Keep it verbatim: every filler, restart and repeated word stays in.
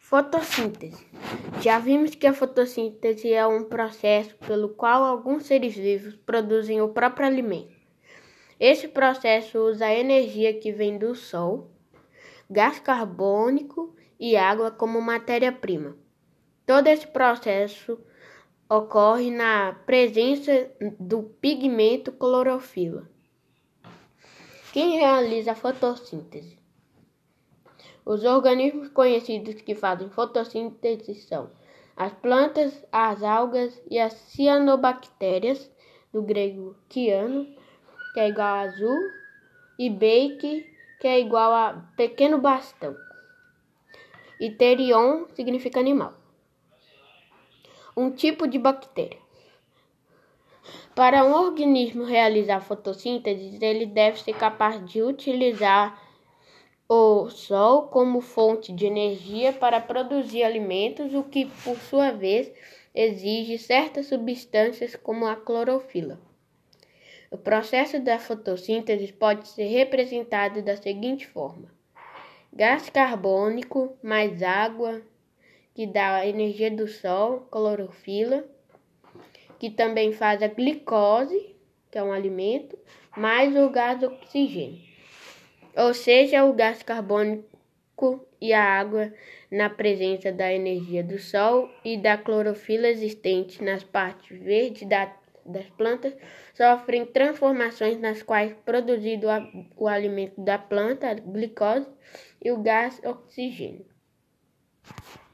Fotossíntese. Já vimos que a fotossíntese é um processo pelo qual alguns seres vivos produzem o próprio alimento. Esse processo usa a energia que vem do Sol, gás carbônico e água como matéria-prima. Todo esse processo ocorre na presença do pigmento clorofila. Quem realiza a fotossíntese? Os organismos conhecidos que fazem fotossíntese são as plantas, as algas e as cianobactérias, do grego ciano, que é igual a azul, e bake, que é igual a pequeno bastão. E terion significa animal. Um tipo de bactéria. Para um organismo realizar fotossíntese, ele deve ser capaz de utilizar o Sol como fonte de energia para produzir alimentos, o que, por sua vez, exige certas substâncias como a clorofila. O processo da fotossíntese pode ser representado da seguinte forma: gás carbônico mais água, que dá a energia do Sol, clorofila, que também faz a glicose, que é um alimento, mais o gás oxigênio. Ou seja, o gás carbônico e a água, na presença da energia do Sol e da clorofila existente nas partes verdes da, das plantas, sofrem transformações nas quais produzido a, o alimento da planta, a glicose, e o gás oxigênio.